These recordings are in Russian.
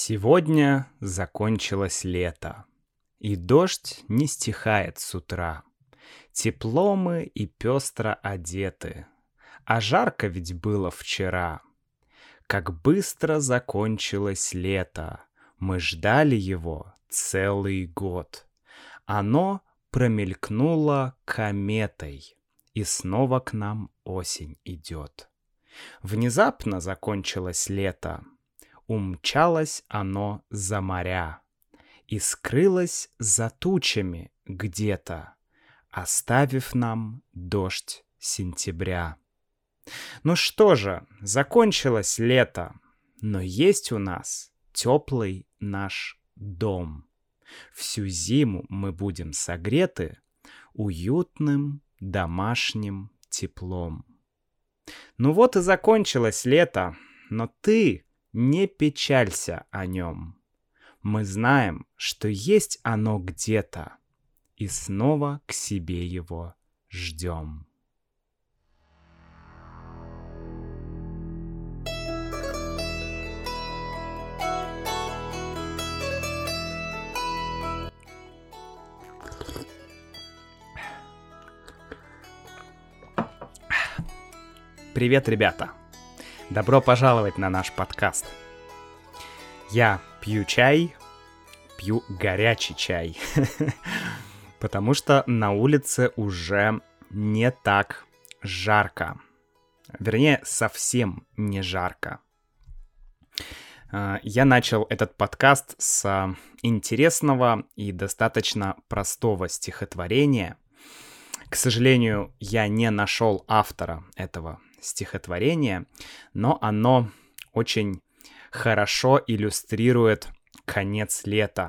Сегодня закончилось лето, и дождь не стихает с утра. Тепло мы и пестро одеты, а жарко ведь было вчера. Как быстро закончилось лето, мы ждали его целый год. Оно промелькнуло кометой, и снова к нам осень идет. Внезапно закончилось лето, умчалось оно за моря и скрылось за тучами где-то, оставив нам дождь сентября. Ну что же, закончилось лето, но есть у нас теплый наш дом. Всю зиму мы будем согреты уютным домашним теплом. Ну вот и закончилось лето, но ты не печалься о нем. Мы знаем, что есть оно где-то, и снова к себе его ждем. Привет, ребята! Добро пожаловать на наш подкаст. Я пью чай, пью горячий чай, потому что на улице уже не так жарко. Вернее, совсем не жарко. Я начал этот подкаст с интересного и достаточно простого стихотворения. К сожалению, я не нашел автора этого стихотворения, но оно очень хорошо иллюстрирует конец лета.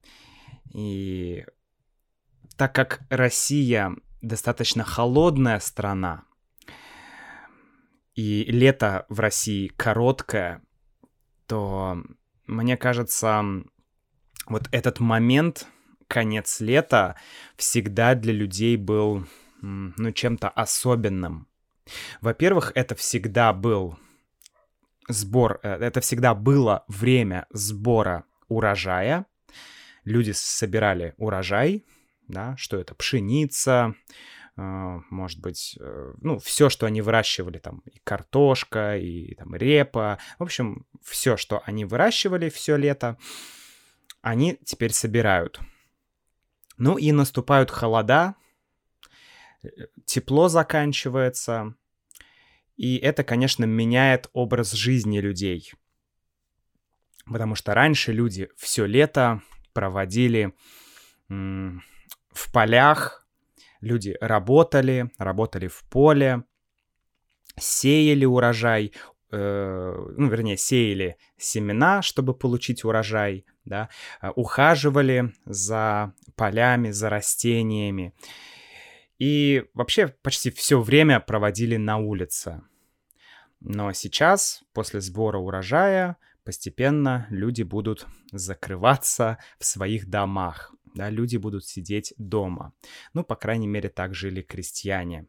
И так как Россия достаточно холодная страна, и лето в России короткое, то, мне кажется, вот этот момент, конец лета, всегда для людей был, чем-то особенным. Во-первых, это всегда было время сбора урожая. Люди собирали урожай, да, что это пшеница, может быть, все, что они выращивали, там, и картошка, и там репа, в общем, все, что они выращивали все лето, они теперь собирают. Ну и наступают холода, тепло заканчивается, и это, конечно, меняет образ жизни людей. Потому что раньше люди все лето проводили в полях, люди работали в поле, сеяли урожай, сеяли семена, чтобы получить урожай, да, ухаживали за полями, за растениями. И вообще почти все время проводили на улице. Но сейчас, после сбора урожая, постепенно люди будут закрываться в своих домах. Да, люди будут сидеть дома. Ну, по крайней мере, так жили крестьяне.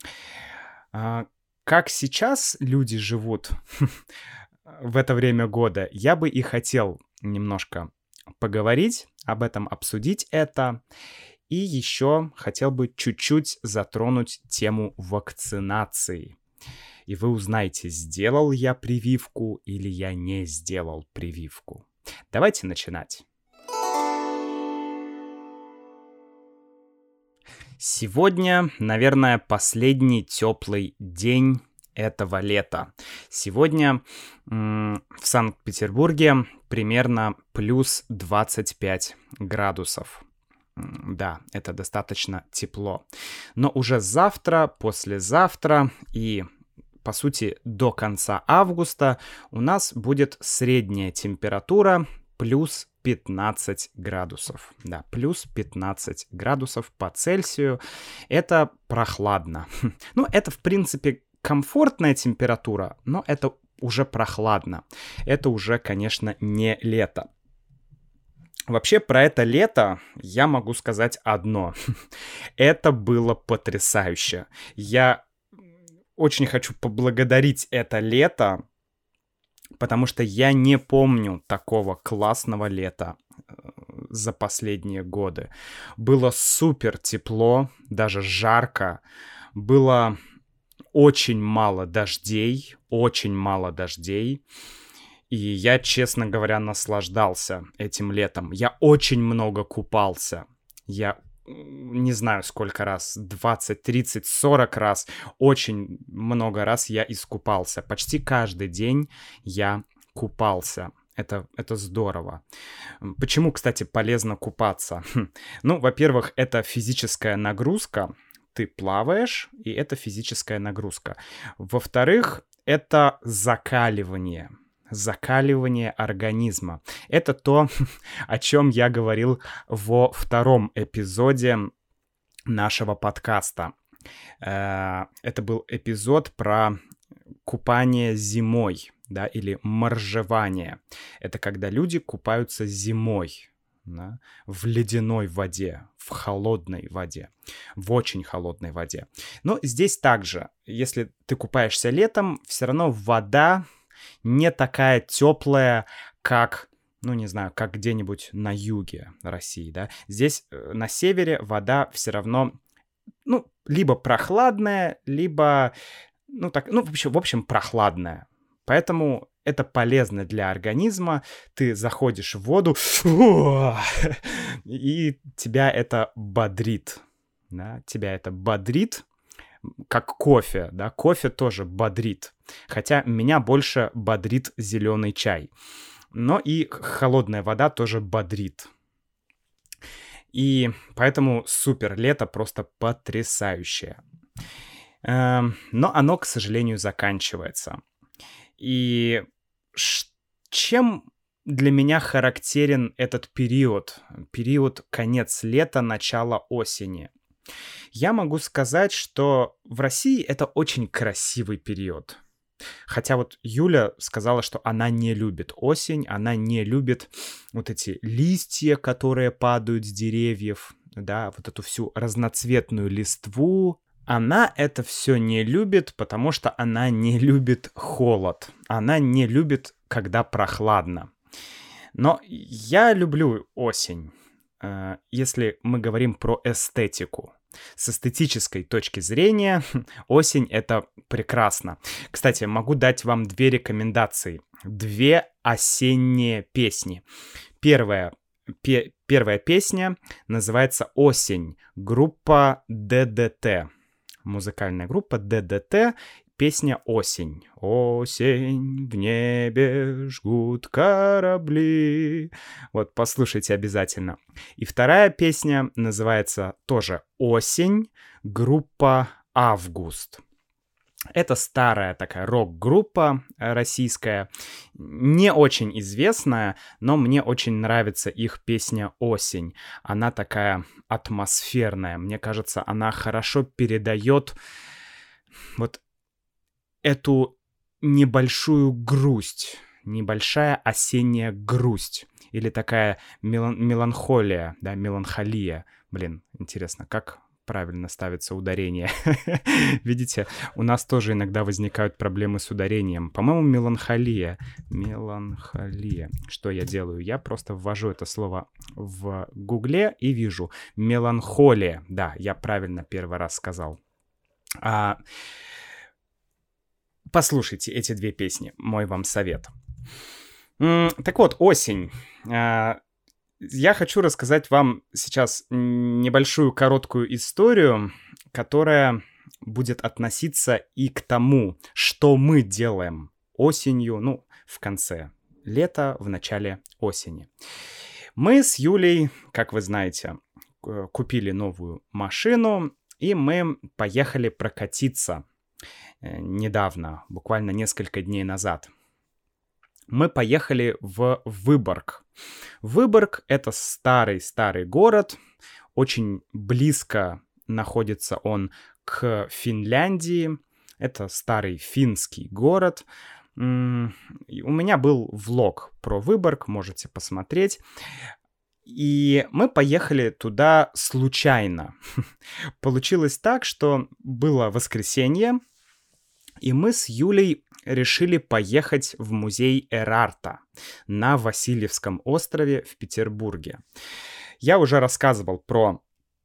Как сейчас люди живут в это время года, я бы и хотел немножко поговорить об этом, обсудить это. И еще хотел бы чуть-чуть затронуть тему вакцинации. И вы узнаете, сделал я прививку или я не сделал прививку. Давайте начинать. Сегодня, наверное, последний теплый день этого лета. Сегодня в Санкт-Петербурге примерно плюс 25 градусов. Да, это достаточно тепло. Но уже завтра, послезавтра и, по сути, до конца августа у нас будет средняя температура плюс 15 градусов. Да, плюс 15 градусов по Цельсию. Это прохладно. Ну, это, в принципе, комфортная температура, но это уже прохладно. Это уже, конечно, не лето. Вообще, про это лето я могу сказать одно. Это было потрясающе. Я очень хочу поблагодарить это лето потому что я не помню такого классного лета за последние годы. Было супер тепло, даже жарко. Было очень мало дождей, очень мало дождей. И я, честно говоря, наслаждался этим летом. Я очень много купался. Я не знаю сколько раз, 20, 30, 40 раз, очень много раз я искупался. Почти каждый день я купался. Это здорово. Почему, кстати, полезно купаться? Ну, во-первых, это физическая нагрузка. Ты плаваешь, и это физическая нагрузка. Во-вторых, это закаливание организма. Это то, о чем я говорил во втором эпизоде нашего подкаста. Это был эпизод про купание зимой, да, или моржевание. Это когда люди купаются зимой, да, в ледяной воде, в холодной воде, в очень холодной воде. Но здесь также, если ты купаешься летом, все равно вода не такая теплая, как, ну, не знаю, как где-нибудь на юге России, да. Здесь на севере вода все равно, ну, либо прохладная, либо, ну, так, ну, в общем, прохладная. Поэтому это полезно для организма. Ты заходишь в воду, и тебя это бодрит, да, тебя это бодрит, как кофе, да, кофе тоже бодрит. Хотя меня больше бодрит зеленый чай. Но и холодная вода тоже бодрит. И поэтому супер, лето просто потрясающее. Но оно, к сожалению, заканчивается. И чем для меня характерен этот период конец лета, начало осени? Я могу сказать, что в России это очень красивый период. Хотя вот Юля сказала, что она не любит осень, она не любит вот эти листья, которые падают с деревьев, да, вот эту всю разноцветную листву. Она это все не любит, потому что она не любит холод. Она не любит, когда прохладно. Но я люблю осень, если мы говорим про эстетику. С эстетической точки зрения осень — это прекрасно. Кстати, могу дать вам 2 рекомендации. 2 осенние песни. Первая песня называется «Осень». Группа ДДТ. Музыкальная группа ДДТ. Песня «Осень». Осень, в небе жгут корабли. Вот, послушайте обязательно. И вторая песня называется тоже «Осень», группа «Август». Это старая такая рок-группа российская, не очень известная, но мне очень нравится их песня «Осень». Она такая атмосферная. Мне кажется, она хорошо передает вот эту небольшую грусть, небольшая осенняя грусть или такая меланхолия, да, меланхолия. Блин, интересно, как правильно ставится ударение? Видите, у нас тоже иногда возникают проблемы с ударением. По-моему, меланхолия. Меланхолия. Что я делаю? Я просто ввожу это слово в Гугле и вижу. Меланхолия. Да, я правильно первый раз сказал. Послушайте эти 2 песни, мой вам совет. Так вот, осень. Я хочу рассказать вам сейчас небольшую короткую историю, которая будет относиться и к тому, что мы делаем осенью, ну, в конце лета, в начале осени. Мы с Юлей, как вы знаете, купили новую машину, и мы поехали прокатиться недавно, буквально несколько дней назад. Мы поехали в Выборг. Выборг — это старый-старый город, очень близко находится он к Финляндии. Это старый финский город. У меня был влог про Выборг, можете посмотреть. И мы поехали туда случайно. Получилось так, что было воскресенье, и мы с Юлей решили поехать в музей Эрарта на Васильевском острове в Петербурге. Я уже рассказывал про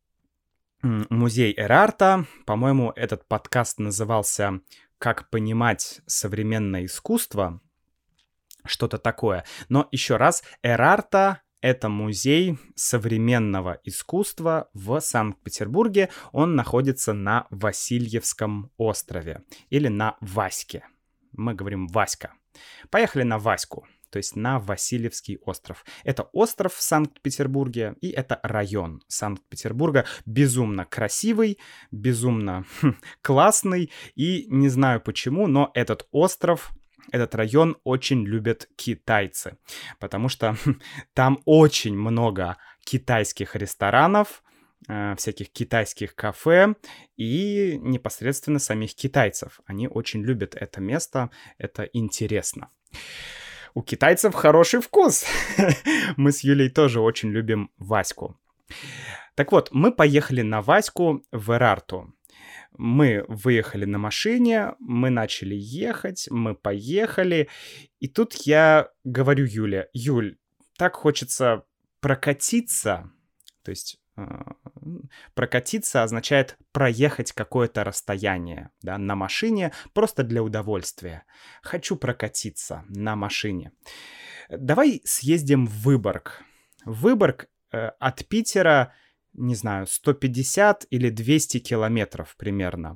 музей Эрарта. По-моему, этот подкаст назывался «Как понимать современное искусство», что-то такое. Но еще раз, Эрарта — это музей современного искусства в Санкт-Петербурге. Он находится на Васильевском острове или на Ваське. Мы говорим Васька. Поехали на Ваську, то есть на Васильевский остров. Это остров в Санкт-Петербурге, и это район Санкт-Петербурга. Безумно красивый, безумно классный, и не знаю почему, но этот остров, этот район очень любят китайцы, потому что там очень много китайских ресторанов, всяких китайских кафе и непосредственно самих китайцев. Они очень любят это место, это интересно. У китайцев хороший вкус. Мы с Юлей тоже очень любим Ваську. Так вот, мы поехали на Ваську в Эрарту. Мы выехали на машине, мы начали ехать, мы поехали. И тут я говорю Юле: Юль, так хочется прокатиться. То есть прокатиться означает проехать какое-то расстояние, да, на машине, просто для удовольствия. Хочу прокатиться на машине. Давай съездим в Выборг. Выборг от Питера, не знаю, 150 или 200 километров примерно.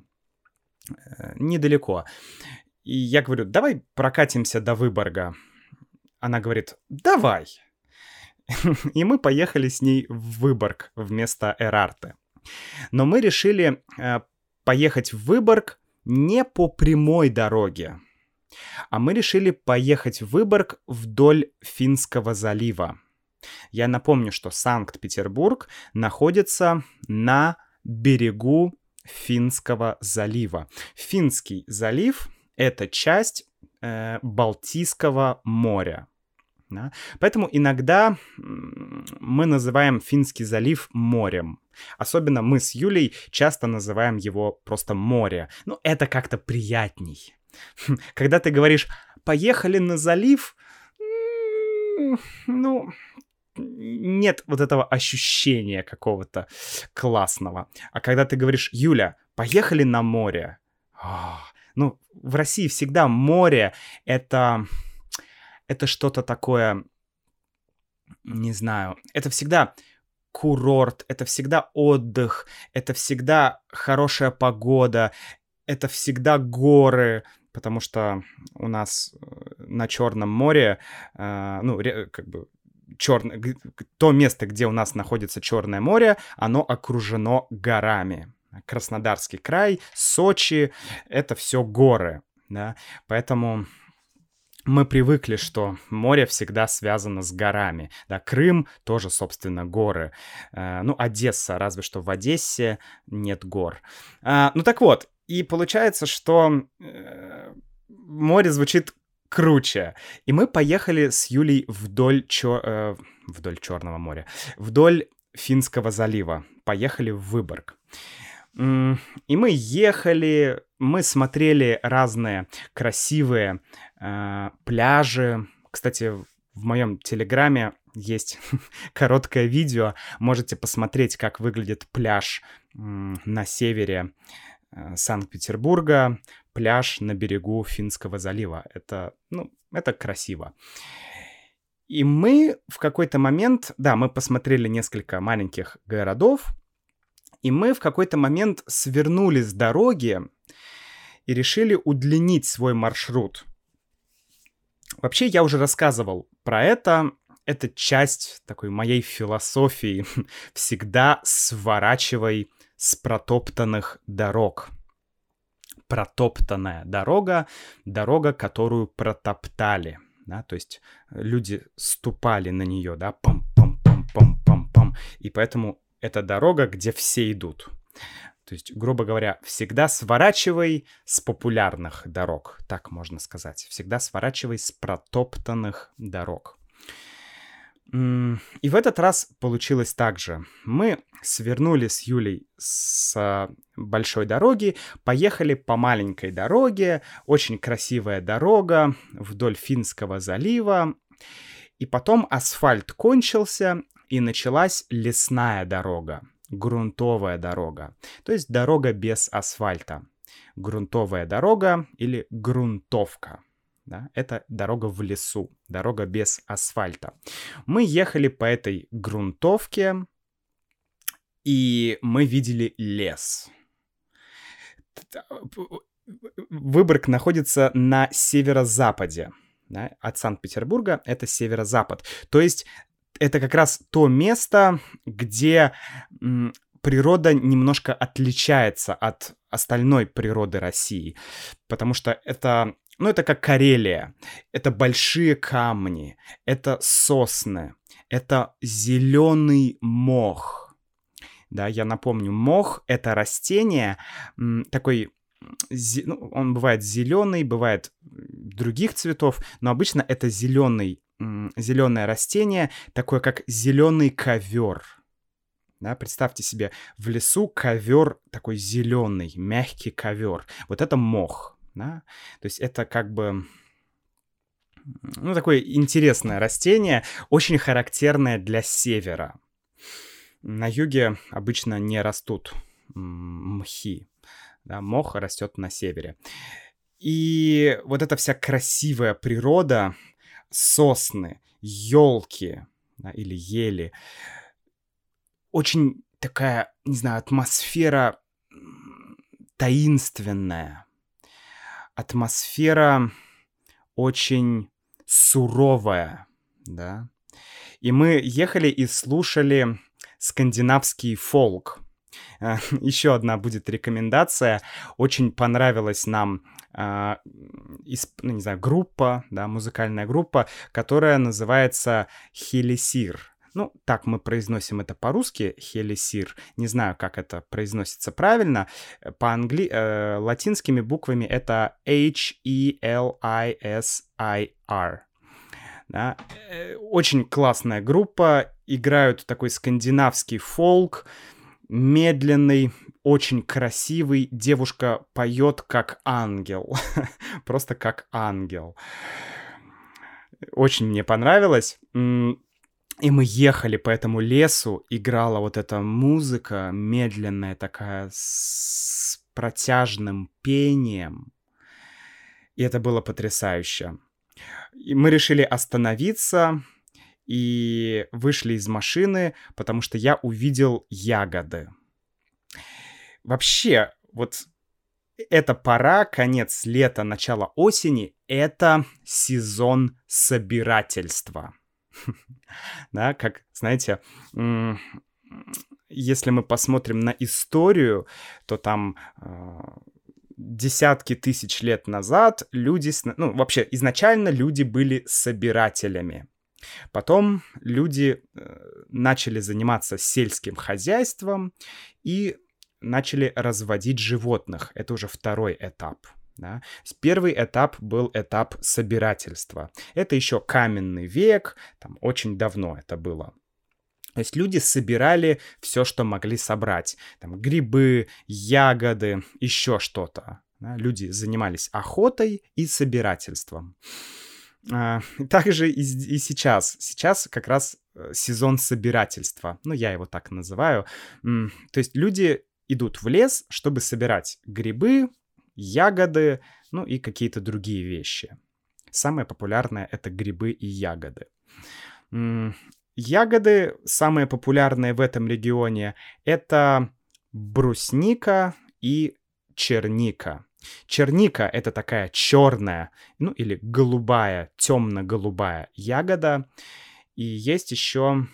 Недалеко. И я говорю: давай прокатимся до Выборга. Она говорит: давай. И мы поехали с ней в Выборг вместо Эрарты. Но мы решили поехать в Выборг не по прямой дороге, а мы решили поехать в Выборг вдоль Финского залива. Я напомню, что Санкт-Петербург находится на берегу Финского залива. Финский залив — это часть Балтийского моря. Да? Поэтому иногда мы называем Финский залив морем. Особенно мы с Юлей часто называем его просто море. Ну, это как-то приятней. Когда ты говоришь «поехали на залив», ну, нет вот этого ощущения какого-то классного. А когда ты говоришь «Юля, поехали на море», ну, в России всегда море — это что-то такое, не знаю, это всегда курорт, это всегда отдых, это всегда хорошая погода, это всегда горы, потому что у нас на Черном море, как бы то место, где у нас находится Черное море, оно окружено горами. Краснодарский край, Сочи — это все горы, да, поэтому мы привыкли, что море всегда связано с горами. Да, Крым тоже, собственно, горы. Одесса, разве что в Одессе нет гор. Так вот, и получается, что море звучит круче. И мы поехали с Юлей вдоль Черного моря, вдоль Финского залива. Поехали в Выборг. И мы ехали, мы смотрели разные красивые пляжи. Кстати, в моем телеграме есть короткое видео. Можете посмотреть, как выглядит пляж на севере Санкт-Петербурга, пляж на берегу Финского залива. Это красиво. И мы в какой-то момент, мы посмотрели несколько маленьких городов, и мы в какой-то момент свернули с дороги и решили удлинить свой маршрут. Вообще, я уже рассказывал про это. Это часть такой моей философии. Всегда сворачивай с протоптанных дорог. Протоптанная дорога — дорога, которую протоптали. Да? То есть люди ступали на нее, да, пам-пам-пам-пам-пам-пам. И поэтому это дорога, где все идут. То есть, грубо говоря, всегда сворачивай с популярных дорог, так можно сказать. Всегда сворачивай с протоптанных дорог. И в этот раз получилось так же. Мы свернули с Юлей с большой дороги, поехали по маленькой дороге, очень красивая дорога вдоль Финского залива, и потом асфальт кончился, и началась лесная дорога, грунтовая дорога, то есть дорога без асфальта. Грунтовая дорога или грунтовка. Да, это дорога в лесу, дорога без асфальта. Мы ехали по этой грунтовке, и мы видели лес. Выборг находится на северо-западе, да, от Санкт-Петербурга, это северо-запад. То есть это как раз то место, где природа немножко отличается от остальной природы России, потому что это... Ну, это как Карелия. Это большие камни, это сосны, это зеленый мох. Да, я напомню, мох — это растение такой... Ну, он бывает зеленый, бывает других цветов, но обычно это зеленое растение, такое как зеленый ковер. Да, представьте себе, в лесу ковер такой зеленый, мягкий ковер. Вот это мох. Да? То есть это как бы, ну, такое интересное растение, очень характерное для севера. На юге обычно не растут мхи, да? Мох растет на севере. И вот эта вся красивая природа, сосны, елки, да, или ели, очень такая, не знаю, атмосфера таинственная. Атмосфера очень суровая, да. И мы ехали и слушали скандинавский фолк. Еще одна будет рекомендация. Очень понравилась нам, ну, не знаю, группа, да, музыкальная группа, которая называется «Хелисир». Ну, так мы произносим это по-русски, «Хелисир». Не знаю, как это произносится правильно. Латинскими буквами это H-E-L-I-S-I-R. Да? Очень классная группа. Играют такой скандинавский фолк, медленный, очень красивый. Девушка поет как ангел. Просто как ангел. Очень мне понравилось. И мы ехали по этому лесу, играла вот эта музыка медленная такая, с протяжным пением. И это было потрясающе. И мы решили остановиться и вышли из машины, потому что я увидел ягоды. Вообще, вот эта пора, конец лета, начало осени, это сезон собирательства. Да, как, знаете, если мы посмотрим на историю, то там десятки тысяч лет назад люди, ну, вообще изначально люди были собирателями. Потом люди начали заниматься сельским хозяйством и начали разводить животных. Это уже второй этап. Да? Первый этап был этап собирательства. Это еще каменный век, там очень давно это было. То есть люди собирали все, что могли собрать. Там грибы, ягоды, еще что-то. Да? Люди занимались охотой и собирательством. Также и сейчас. Сейчас как раз сезон собирательства. Ну, я его так называю. То есть люди идут в лес, чтобы собирать грибы, ягоды, ну и какие-то другие вещи. Самое популярное — это грибы и ягоды. Ягоды, самые популярные в этом регионе, это брусника и черника. Черника — это такая черная, ну или голубая, темно-голубая ягода. И есть еще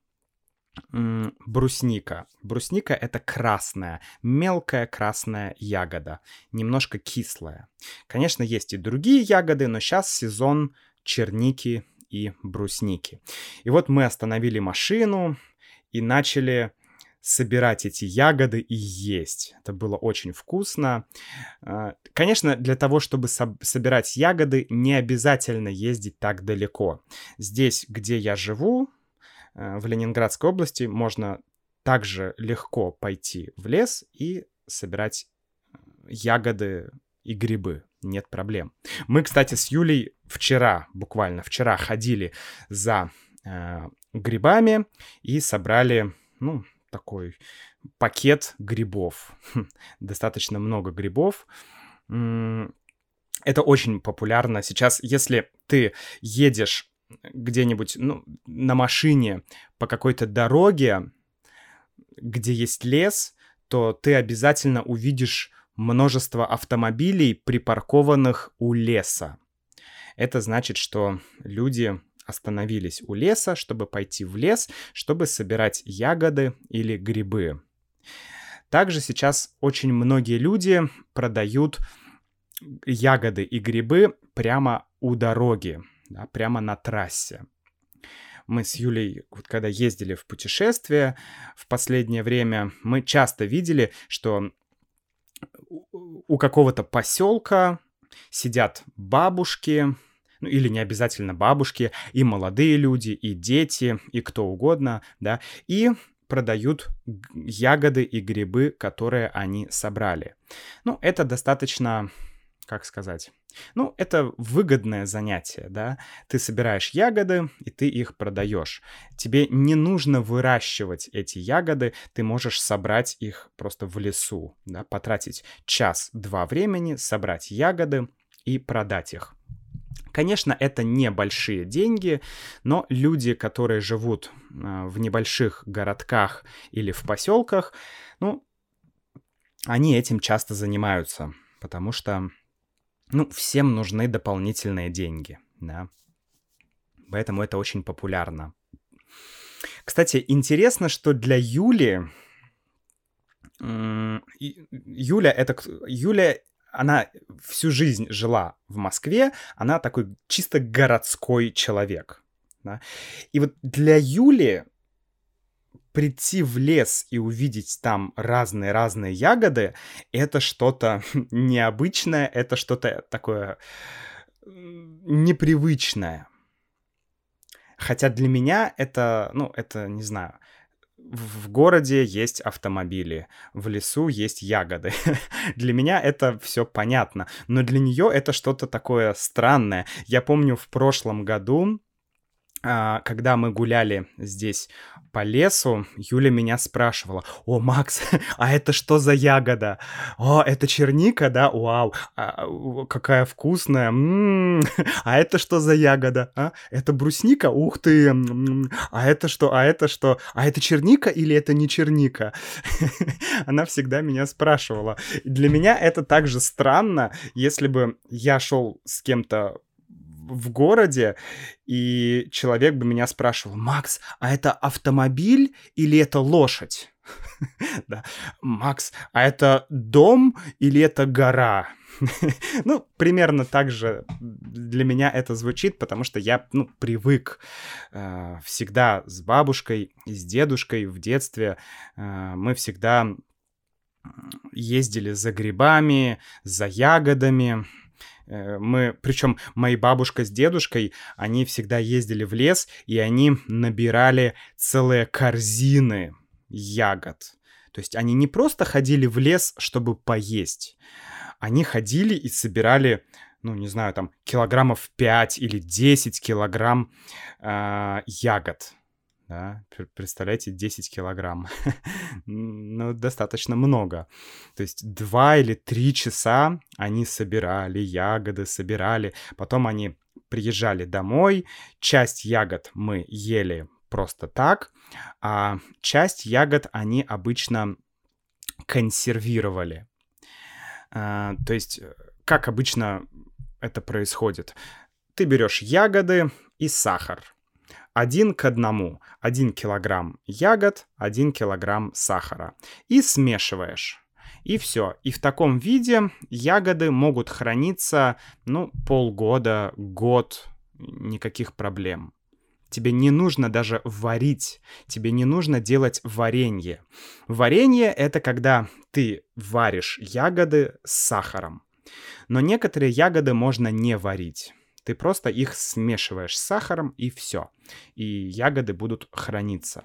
брусника. Брусника — это красная, мелкая красная ягода, немножко кислая. Конечно, есть и другие ягоды, но сейчас сезон черники и брусники. И вот мы остановили машину и начали собирать эти ягоды и есть. Это было очень вкусно. Конечно, для того, чтобы собирать ягоды, не обязательно ездить так далеко. Здесь, где я живу, в Ленинградской области можно также легко пойти в лес и собирать ягоды и грибы. Нет проблем. Мы, кстати, с Юлей буквально вчера ходили за грибами и собрали, такой пакет грибов. Достаточно много грибов. Это очень популярно. Сейчас, если ты едешь где-нибудь, на машине по какой-то дороге, где есть лес, то ты обязательно увидишь множество автомобилей, припаркованных у леса. Это значит, что люди остановились у леса, чтобы пойти в лес, чтобы собирать ягоды или грибы. Также сейчас очень многие люди продают ягоды и грибы прямо у дороги, да, прямо на трассе. Мы с Юлей, когда ездили в путешествие в последнее время, мы часто видели, что у какого-то поселка сидят бабушки, или не обязательно бабушки, и молодые люди, и дети, и кто угодно, да, и продают ягоды и грибы, которые они собрали. Это достаточно, как сказать, это выгодное занятие, да. Ты собираешь ягоды, и ты их продаешь. Тебе не нужно выращивать эти ягоды, ты можешь собрать их просто в лесу, да, потратить час-два времени, собрать ягоды и продать их. Конечно, это небольшие деньги, но люди, которые живут в небольших городках или в поселках, они этим часто занимаются, потому что всем нужны дополнительные деньги, да. Поэтому это очень популярно. Кстати, интересно, что для Юли... Юля, она всю жизнь жила в Москве, она такой чисто городской человек, да. И вот для Юли прийти в лес и увидеть там разные ягоды, это что-то необычное, это что-то такое непривычное. Хотя для меня это, не знаю, в городе есть автомобили, в лесу есть ягоды. Для меня это все понятно, но для нее это что-то такое странное. Я помню, в прошлом году, когда мы гуляли здесь по лесу, Юля меня спрашивала: «О, Макс, а это что за ягода? О, это черника, да? Вау, какая вкусная. А это что за ягода? Это брусника? Ух ты. А это что? А это что? А это черника или это не черника?» Она всегда меня спрашивала. Для меня это также странно, если бы я шел с кем-то в городе, и человек бы меня спрашивал: «Макс, а это автомобиль или это лошадь?» Да. «Макс, а это дом или это гора?» Примерно так же для меня это звучит, потому что я, привык всегда с бабушкой и с дедушкой в детстве. Мы всегда ездили за грибами, за ягодами. Причем мои бабушка с дедушкой, они всегда ездили в лес, и они набирали целые корзины ягод. То есть они не просто ходили в лес, чтобы поесть. Они ходили и собирали, не знаю, там, килограммов 5 или 10 килограмм ягод. Да, представляете, 10 килограмм. Достаточно много. То есть 2 или 3 часа они собирали ягоды, Потом они приезжали домой. Часть ягод мы ели просто так, а часть ягод они обычно консервировали. То есть, как обычно это происходит? Ты берешь ягоды и сахар. 1 к 1. 1 килограмм ягод, 1 килограмм сахара. И смешиваешь. И все. И в таком виде ягоды могут храниться, полгода, год, никаких проблем. Тебе не нужно даже варить, тебе не нужно делать варенье. Варенье — это когда ты варишь ягоды с сахаром. Но некоторые ягоды можно не варить. Ты просто их смешиваешь с сахаром, и все. И ягоды будут храниться.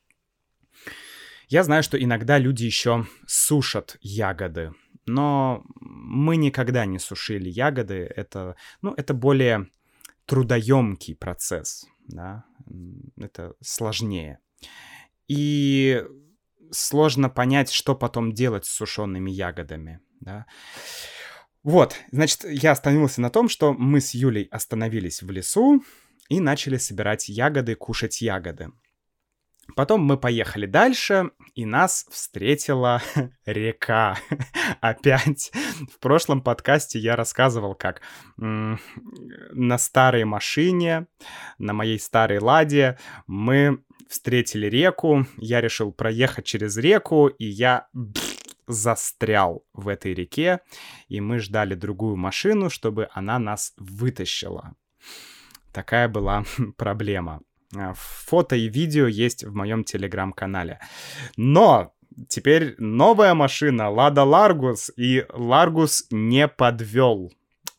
Я знаю, что иногда люди еще сушат ягоды, но мы никогда не сушили ягоды. Это более трудоемкий процесс, да? Это сложнее. И сложно понять, что потом делать с сушеными ягодами, да? Вот, значит, я остановился на том, что мы с Юлей остановились в лесу и начали собирать ягоды, кушать ягоды. Потом мы поехали дальше, и нас встретила река. Опять. В прошлом подкасте я рассказывал, как на старой машине, на моей старой Ладе, мы встретили реку. Я решил проехать через реку, и я застрял в этой реке, и мы ждали другую машину, чтобы она нас вытащила. Такая была проблема. Фото и видео есть в моем телеграм-канале. Но теперь новая машина Lada Largus, и Largus не подвел.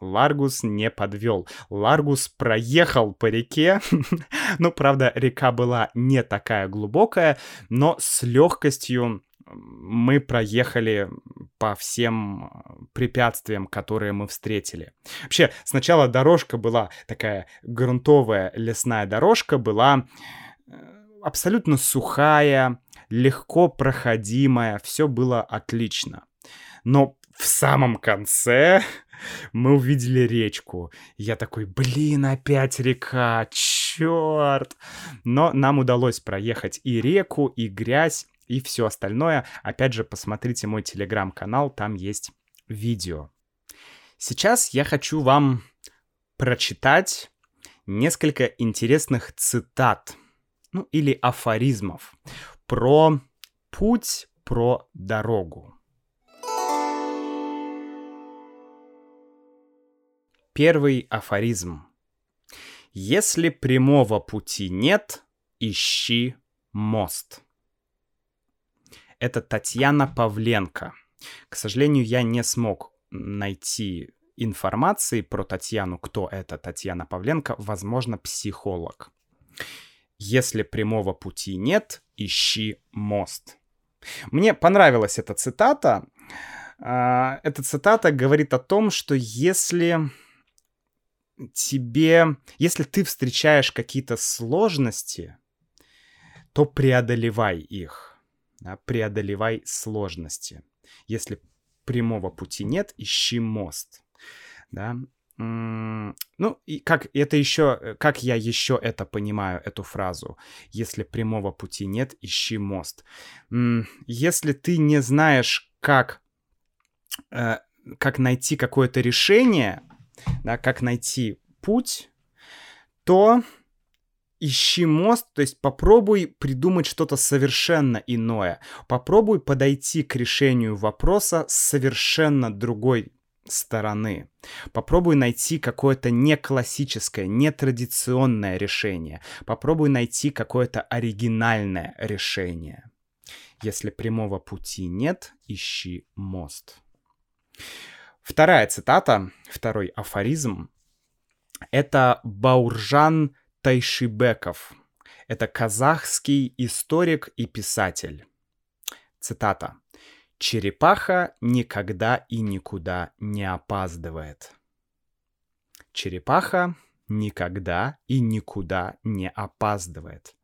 Largus проехал по реке. Ну, правда, река была не такая глубокая, но с легкостью мы проехали по всем препятствиям, которые мы встретили. Вообще, сначала дорожка была такая грунтовая лесная дорожка, была абсолютно сухая, легко проходимая, все было отлично. Но в самом конце мы увидели речку. Я такой, опять река, черт! Но нам удалось проехать и реку, и грязь, и все остальное. Опять же, посмотрите мой телеграм-канал, там есть видео. Сейчас я хочу вам прочитать несколько интересных цитат, или афоризмов про путь, про дорогу. Первый афоризм. Если прямого пути нет, ищи мост. Это Татьяна Павленко. К сожалению, я не смог найти информации про Татьяну, кто это Татьяна Павленко, возможно, психолог. Если прямого пути нет, ищи мост. Мне понравилась эта цитата. Эта цитата говорит о том, что если ты встречаешь какие-то сложности, то преодолевай их. Да, преодолевай сложности. Если прямого пути нет, ищи мост. Да? И как я еще это понимаю, эту фразу? Если прямого пути нет, ищи мост. Если ты не знаешь, как найти какое-то решение, да, как найти путь, то ищи мост, то есть попробуй придумать что-то совершенно иное. Попробуй подойти к решению вопроса с совершенно другой стороны. Попробуй найти какое-то не классическое, не традиционное решение. Попробуй найти какое-то оригинальное решение. Если прямого пути нет, ищи мост. Вторая цитата, второй афоризм, это Бауржан Тайшибеков. Это казахский историк и писатель. Цитата. «Черепаха никогда и никуда не опаздывает». Черепаха никогда и никуда не опаздывает.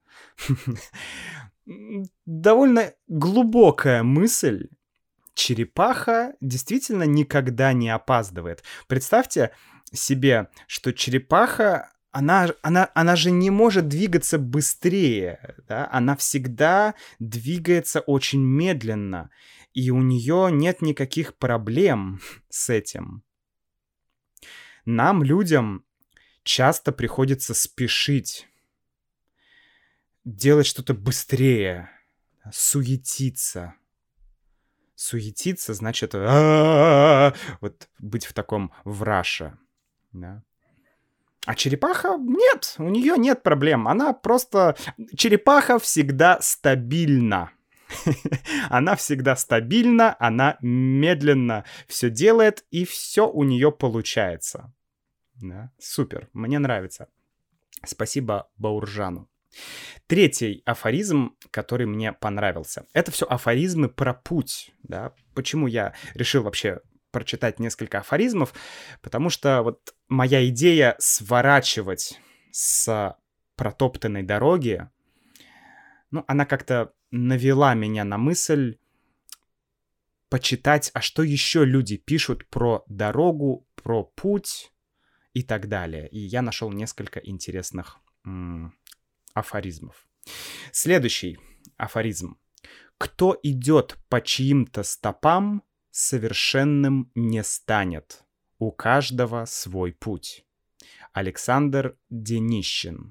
Довольно глубокая мысль. Черепаха действительно никогда не опаздывает. Представьте себе, что черепаха, она же не может двигаться быстрее, да? Она всегда двигается очень медленно, и у нее нет никаких проблем с этим. Нам, людям, часто приходится спешить, делать что-то быстрее, суетиться. Суетиться значит вот быть в таком враше, да? А черепаха нет, у нее нет проблем. Она просто... Черепаха всегда стабильна. Она всегда стабильна, она медленно все делает, и все у нее получается. Да, супер, мне нравится. Спасибо Бауржану. Третий афоризм, который мне понравился. Это все афоризмы про путь. Да? Почему я решил вообще прочитать несколько афоризмов? Потому что вот моя идея сворачивать с протоптанной дороги, ну, она как-то навела меня на мысль почитать, а что еще люди пишут про дорогу, про путь и так далее. И я нашел несколько интересных афоризмов. Следующий афоризм. Кто идет по чьим-то стопам, совершенным не станет. У каждого свой путь. Александр Денищин.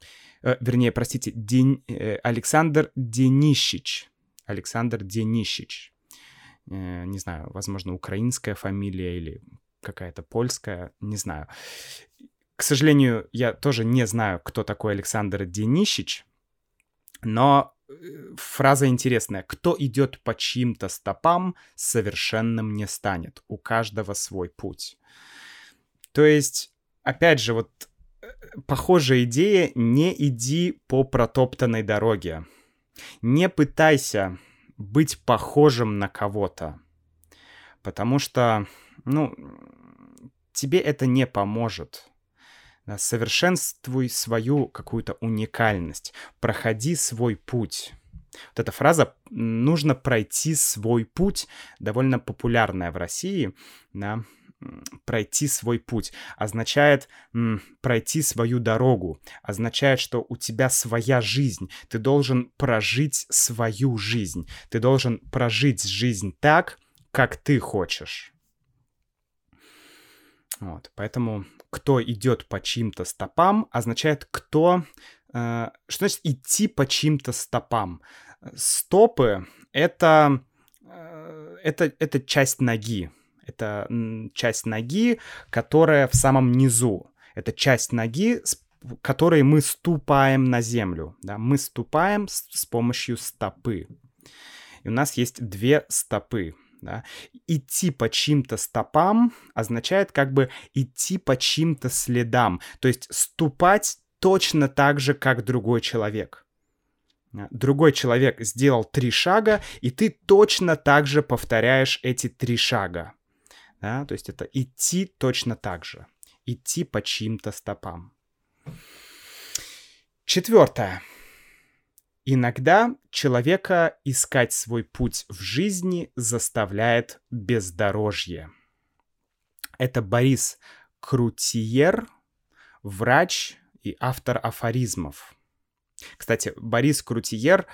Александр Денищич. Александр Денищич. Не знаю, возможно, украинская фамилия или какая-то польская, не знаю. К сожалению, я тоже не знаю, кто такой Александр Денищич, но фраза интересная. Кто идет по чьим-то стопам, совершенным не станет. У каждого свой путь. То есть, опять же, вот похожая идея: не иди по протоптанной дороге. Не пытайся быть похожим на кого-то, потому что, ну, тебе это не поможет. Совершенствуй свою какую-то уникальность, проходи свой путь. Вот эта фраза «нужно пройти свой путь» довольно популярная в России, да? Пройти свой путь означает пройти свою дорогу, означает, что у тебя своя жизнь, ты должен прожить свою жизнь, ты должен прожить жизнь так, как ты хочешь. Вот, поэтому кто идет по чьим-то стопам означает кто... что значит идти по чьим-то стопам? Стопы — это часть ноги. Это часть ноги, которая в самом низу. Это часть ноги, которой мы ступаем на землю. Да? Мы ступаем с помощью стопы. И у нас есть две стопы. Да? Идти по чьим-то стопам означает как бы идти по чьим-то следам. То есть ступать точно так же, как другой человек. Другой человек сделал 3 шага, и ты точно так же повторяешь эти 3 шага. Да? То есть это идти точно так же. Идти по чьим-то стопам. 4. Иногда человека искать свой путь в жизни заставляет бездорожье. Это Борис Крутьер, врач и автор афоризмов. Кстати, Борис Крутьер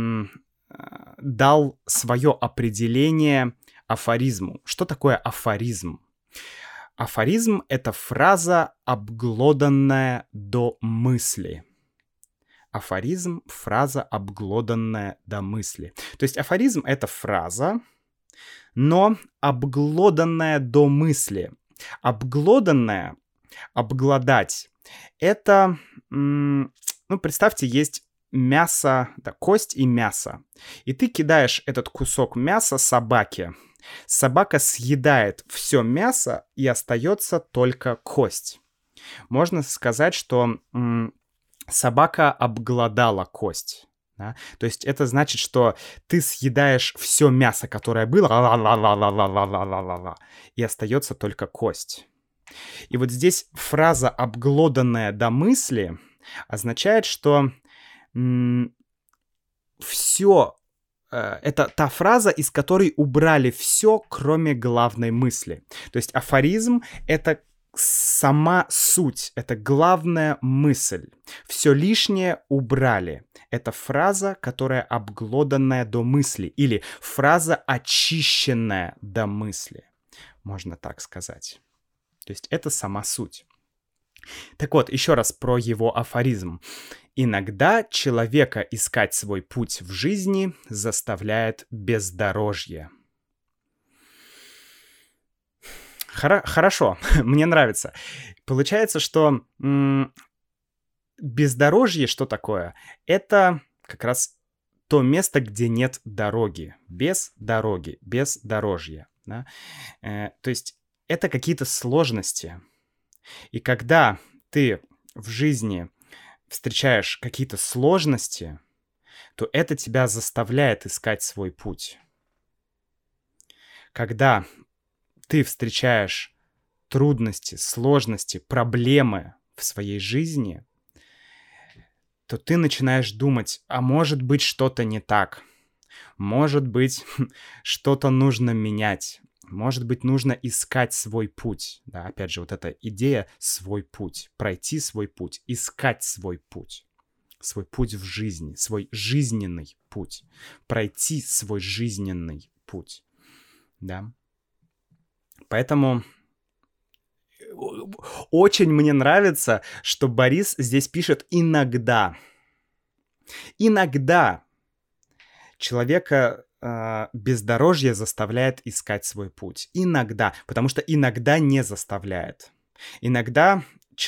дал свое определение афоризму. Что такое афоризм? Афоризм — это фраза, обглоданная до мысли. Афоризм — фраза, обглоданная до мысли. То есть афоризм — это фраза, но обглоданная до мысли. Обглоданная, обглодать — это, представьте, есть мясо, да, кость и мясо. И ты кидаешь этот кусок мяса собаке. Собака съедает все мясо, и остается только кость. Можно сказать, что собака обглодала кость. Да? То есть это значит, что ты съедаешь все мясо, которое было, и остается только кость. И вот здесь фраза «обглоданная до мысли» означает, что все... Это та фраза, из которой убрали все, кроме главной мысли. То есть афоризм — это сама суть, это главная мысль. Все лишнее убрали. Это фраза, которая обглоданная до мысли, или фраза, очищенная до мысли. Можно так сказать. То есть это сама суть. Так вот, еще раз про его афоризм. Иногда человека искать свой путь в жизни заставляет бездорожье. Хорошо, мне нравится. Получается, что бездорожье что такое? Это как раз то место, где нет дороги. Без дороги, бездорожье. Да? То есть это какие-то сложности. И когда ты в жизни встречаешь какие-то сложности, то это тебя заставляет искать свой путь. Когда ты встречаешь трудности, сложности, проблемы в своей жизни, то ты начинаешь думать, а может быть что-то не так, может быть что-то нужно менять, может быть нужно искать свой путь. Да, опять же, вот эта идея свой путь, пройти свой путь, искать свой путь в жизни, свой жизненный путь, пройти свой жизненный путь, да. Поэтому очень мне нравится, что Борис здесь пишет «иногда». Иногда человека бездорожье заставляет искать свой путь. Иногда, потому что иногда не заставляет. Иногда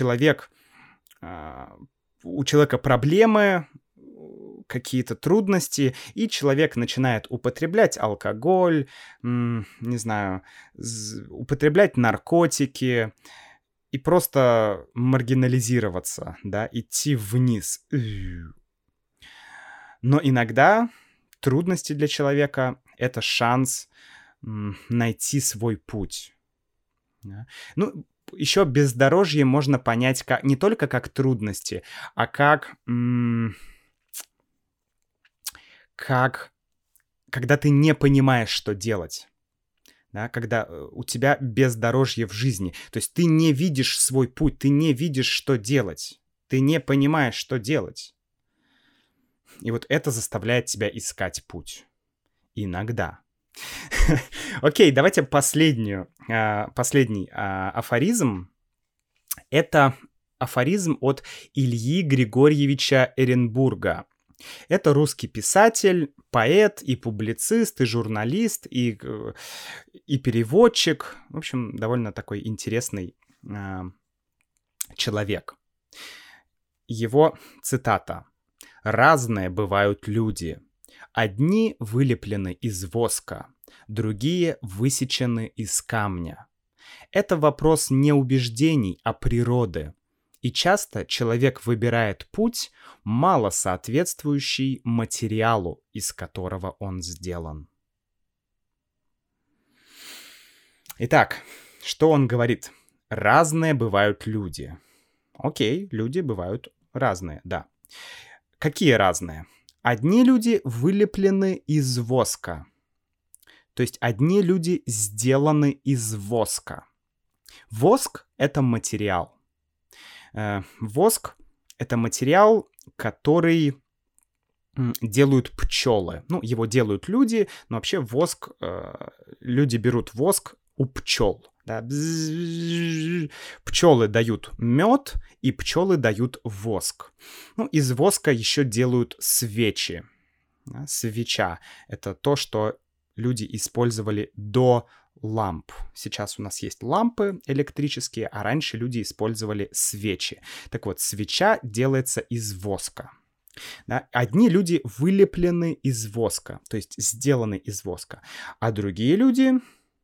у человека проблемы, какие-то трудности, и человек начинает употреблять алкоголь, не знаю, употреблять наркотики и просто маргинализироваться, да, идти вниз. Но иногда трудности для человека — это шанс найти свой путь. Да? Ну, еще бездорожье можно понять не только как трудности, а как когда ты не понимаешь, что делать. Да, когда у тебя бездорожье в жизни. То есть ты не видишь свой путь, ты не видишь, что делать. Ты не понимаешь, что делать. И вот это заставляет тебя искать путь. Иногда. Окей, давайте последний афоризм. Это афоризм от Ильи Григорьевича Эренбурга. Это русский писатель, поэт и публицист, и журналист, и переводчик. В общем, довольно такой интересный человек. Его цитата. «Разные бывают люди. Одни вылеплены из воска, другие высечены из камня. Это вопрос не убеждений, а природы. И часто человек выбирает путь, мало соответствующий материалу, из которого он сделан». Итак, что он говорит? Разные бывают люди. Окей, люди бывают разные, да. Какие разные? Одни люди вылеплены из воска. То есть одни люди сделаны из воска. Воск — это материал. Воск — это материал, который делают пчелы. Ну, его делают люди, но вообще воск... люди берут воск у пчел. Да? Пчелы дают мед, и пчелы дают воск. Ну, из воска еще делают свечи. Да? Свеча — это то, что люди использовали до ламп. Сейчас у нас есть лампы электрические, а раньше люди использовали свечи. Так вот, свеча делается из воска. Да? Одни люди вылеплены из воска, то есть сделаны из воска, а другие люди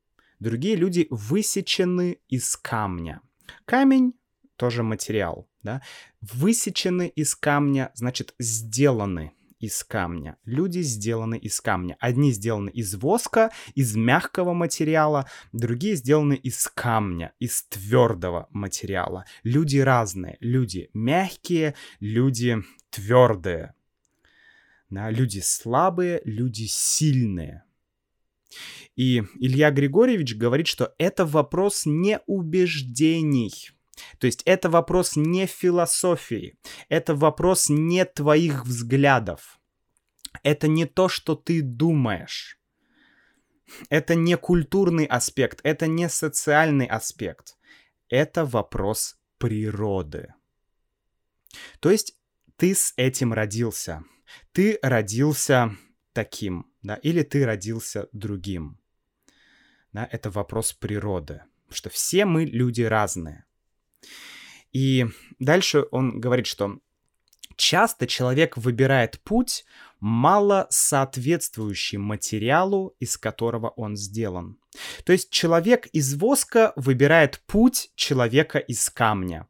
высечены из камня. Камень — тоже материал. Да? Высечены из камня, значит, сделаны из камня. Люди сделаны из камня. Одни сделаны из воска, из мягкого материала, другие сделаны из камня, из твердого материала. Люди разные. Люди мягкие, люди твердые. Да? Люди слабые, люди сильные. И Илья Григорьевич говорит, что это вопрос не убеждений. То есть это вопрос не философии, это вопрос не твоих взглядов. Это не то, что ты думаешь. Это не культурный аспект, это не социальный аспект. Это вопрос природы. То есть ты с этим родился. Ты родился таким, да, или ты родился другим. Да, это вопрос природы. Потому что все мы люди разные. И дальше он говорит, что часто человек выбирает путь, мало соответствующий материалу, из которого он сделан. То есть человек из воска выбирает путь человека из камня.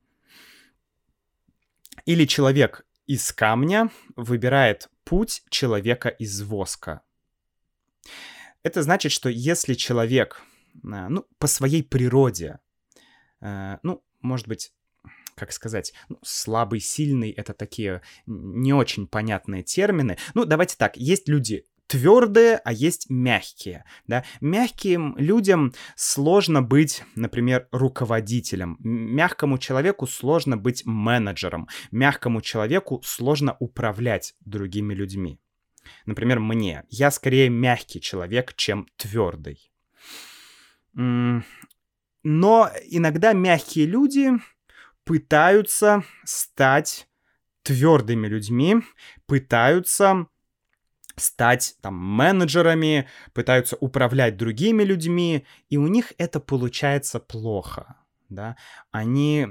Или человек из камня выбирает путь человека из воска. Это значит, что если человек, по своей природе, может быть, как сказать, слабый, сильный — это такие не очень понятные термины. Давайте так, есть люди твердые, а есть мягкие, да. Мягким людям сложно быть, например, руководителем. Мягкому человеку сложно быть менеджером. Мягкому человеку сложно управлять другими людьми. Например, мне. Я скорее мягкий человек, чем твердый. Но иногда мягкие люди пытаются стать твердыми людьми, пытаются стать менеджерами, пытаются управлять другими людьми, и у них это получается плохо, да. Они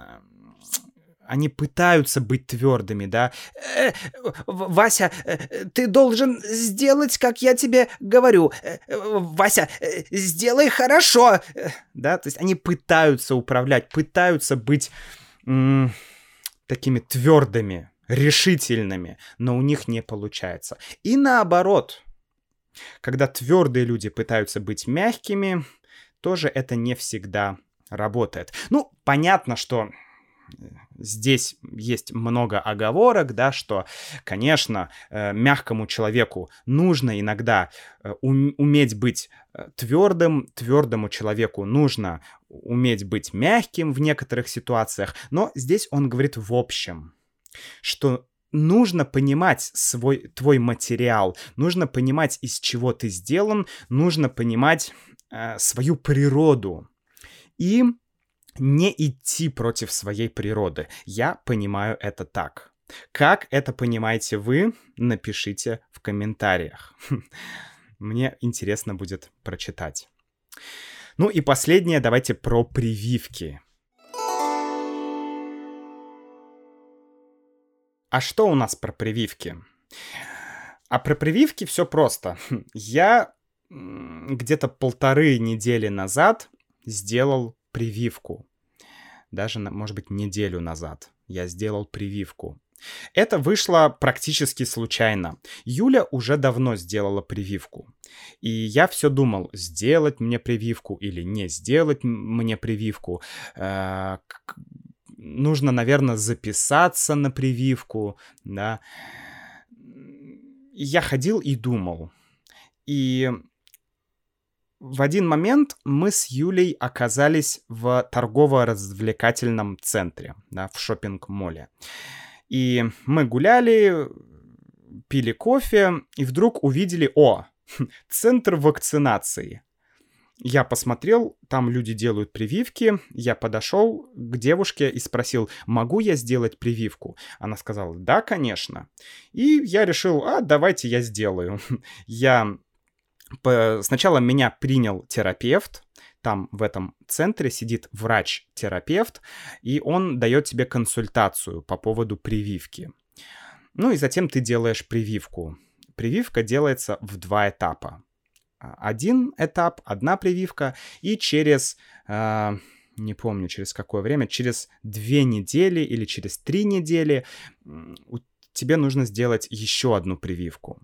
пытаются быть твердыми, да. Вася, ты должен сделать, как я тебе говорю. Вася, сделай хорошо. Да, то есть они пытаются управлять, пытаются быть такими твердыми, решительными, но у них не получается. И наоборот, когда твердые люди пытаются быть мягкими, тоже это не всегда работает. Понятно, что здесь есть много оговорок, да, что, конечно, мягкому человеку нужно иногда уметь быть твердым, твердому человеку нужно уметь быть мягким в некоторых ситуациях, но здесь он говорит в общем, что нужно понимать твой материал, нужно понимать, из чего ты сделан, нужно понимать свою природу и не идти против своей природы. Я понимаю это так. Как это понимаете вы, напишите в комментариях. Мне интересно будет прочитать. И последнее, давайте про прививки. А что у нас про прививки? А про прививки все просто. Я где-то 1,5 недели назад сделал прививку. Даже, может быть, неделю назад я сделал прививку. Это вышло практически случайно. Юля уже давно сделала прививку. И я все думал, сделать мне прививку или не сделать мне прививку. Нужно, наверное, записаться на прививку, да. Я ходил и думал. И в один момент мы с Юлей оказались в торгово-развлекательном центре, да, в шоппинг-моле. И мы гуляли, пили кофе, и вдруг увидели, центр вакцинации. Я посмотрел, там люди делают прививки. Я подошел к девушке и спросил, могу я сделать прививку? Она сказала, да, конечно. И я решил, давайте я сделаю. Сначала меня принял терапевт. Там в этом центре сидит врач-терапевт, и он дает тебе консультацию по поводу прививки. И затем ты делаешь прививку. Прививка делается в 2 этапа. Один этап, одна прививка, и через, не помню через какое время, через 2 недели или через 3 недели тебе нужно сделать еще одну прививку.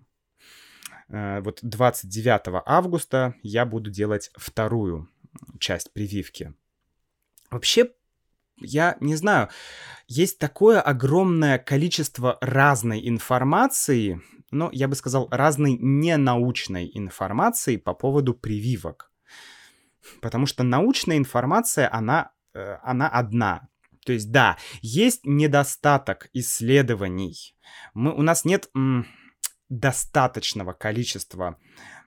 29 августа я буду делать 2-ю часть прививки. Вообще, я не знаю, есть такое огромное количество разной информации, я бы сказал, разной ненаучной информации по поводу прививок. Потому что научная информация, она одна. То есть, да, есть недостаток исследований. У нас нет достаточного количества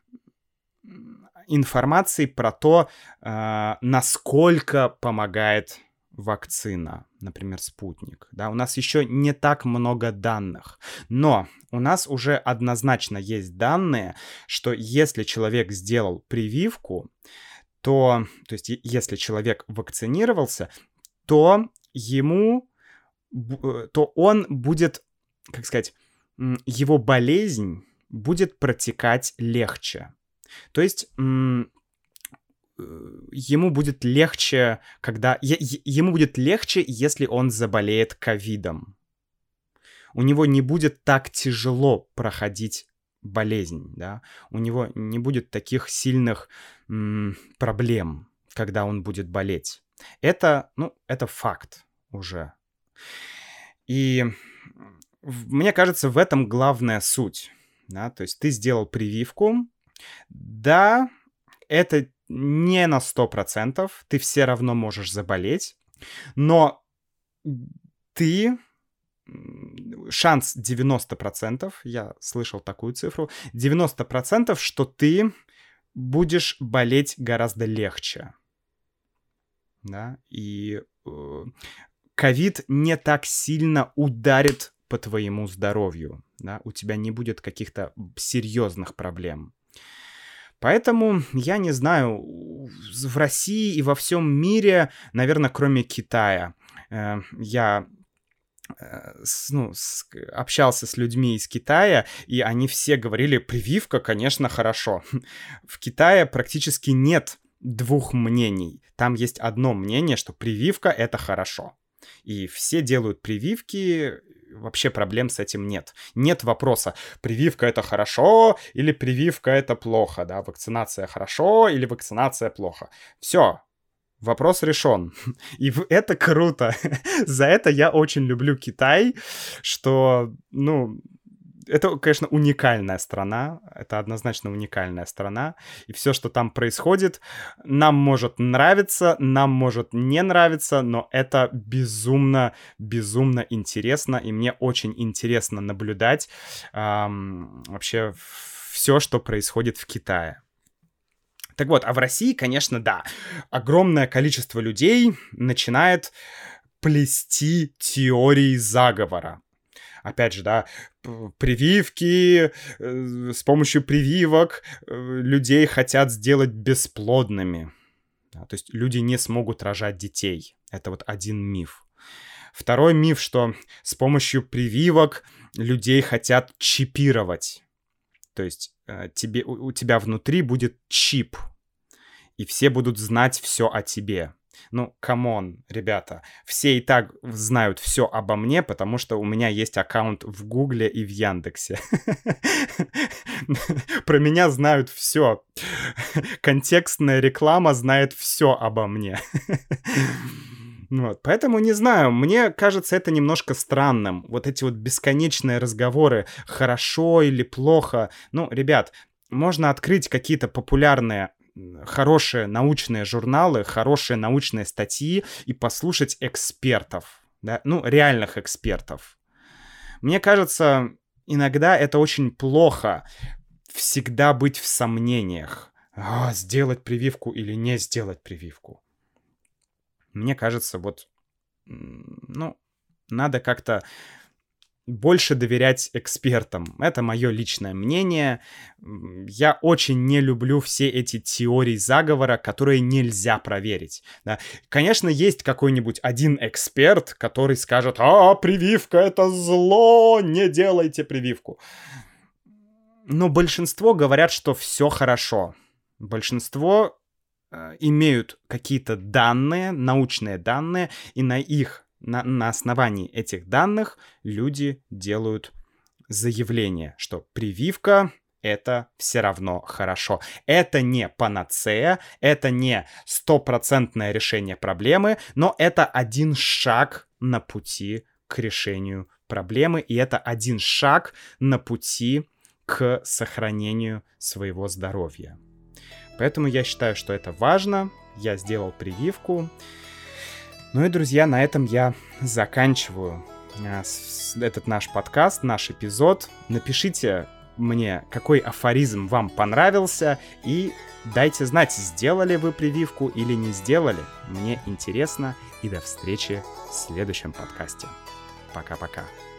информации про то, насколько помогает вакцина, например, «Спутник». Да, у нас еще не так много данных, но у нас уже однозначно есть данные, что если человек сделал прививку, то есть если человек вакцинировался, то он будет, как сказать, его болезнь будет протекать легче. То есть ему будет легче, ему будет легче, если он заболеет ковидом. У него не будет так тяжело проходить болезнь, да? У него не будет таких сильных проблем, когда он будет болеть. Это факт уже. И мне кажется, в этом главная суть. Да? То есть ты сделал прививку. Да, это не на 100%. Ты все равно можешь заболеть. Но шанс 90%, я слышал такую цифру, 90%, что ты будешь болеть гораздо легче. Да? И ковид не так сильно ударит по твоему здоровью. Да? У тебя не будет каких-то серьезных проблем. Поэтому, я не знаю, в России и во всем мире, наверное, кроме Китая, я общался с людьми из Китая, и они все говорили, прививка, конечно, хорошо. В Китае практически нет двух мнений. Там есть одно мнение, что прививка — это хорошо. И все делают прививки, вообще проблем с этим нет. Нет вопроса, прививка — это хорошо или прививка — это плохо, да, вакцинация хорошо или вакцинация плохо. Все. Вопрос решен. И это круто. За это я очень люблю Китай, что, это, конечно, уникальная страна. Это однозначно уникальная страна. И все, что там происходит, нам может нравиться, нам может не нравиться, но это безумно, безумно интересно. И мне очень интересно наблюдать вообще все, что происходит в Китае. Так вот, а в России, конечно, да, огромное количество людей начинает плести теории заговора. Опять же, да, прививки, с помощью прививок людей хотят сделать бесплодными. Да, то есть люди не смогут рожать детей. Это вот один миф. Второй миф, что с помощью прививок людей хотят чипировать. То есть у тебя внутри будет чип, и все будут знать все о тебе. Камон, ребята, все и так знают все обо мне, потому что у меня есть аккаунт в Гугле и в Яндексе. Про меня знают все. Контекстная реклама знает все обо мне. Поэтому не знаю, мне кажется это немножко странным. Вот эти вот бесконечные разговоры, хорошо или плохо. Ребят, можно открыть какие-то популярные, хорошие научные журналы, хорошие научные статьи и послушать экспертов, да? Реальных экспертов. Мне кажется, иногда это очень плохо всегда быть в сомнениях. Сделать прививку или не сделать прививку. Мне кажется, надо как-то больше доверять экспертам. Это мое личное мнение. Я очень не люблю все эти теории заговора, которые нельзя проверить. Да? Конечно, есть какой-нибудь один эксперт, который скажет: прививка — это зло, не делайте прививку. Но большинство говорят, что все хорошо. Большинство имеют какие-то данные, научные данные, и на основании этих данных люди делают заявление, что прививка — это все равно хорошо. Это не панацея, это не 100% решение проблемы, но это один шаг на пути к решению проблемы, и это один шаг на пути к сохранению своего здоровья. Поэтому я считаю, что это важно. Я сделал прививку. И, друзья, на этом я заканчиваю этот наш подкаст, наш эпизод. Напишите мне, какой афоризм вам понравился, и дайте знать, сделали вы прививку или не сделали. Мне интересно. И до встречи в следующем подкасте. Пока-пока.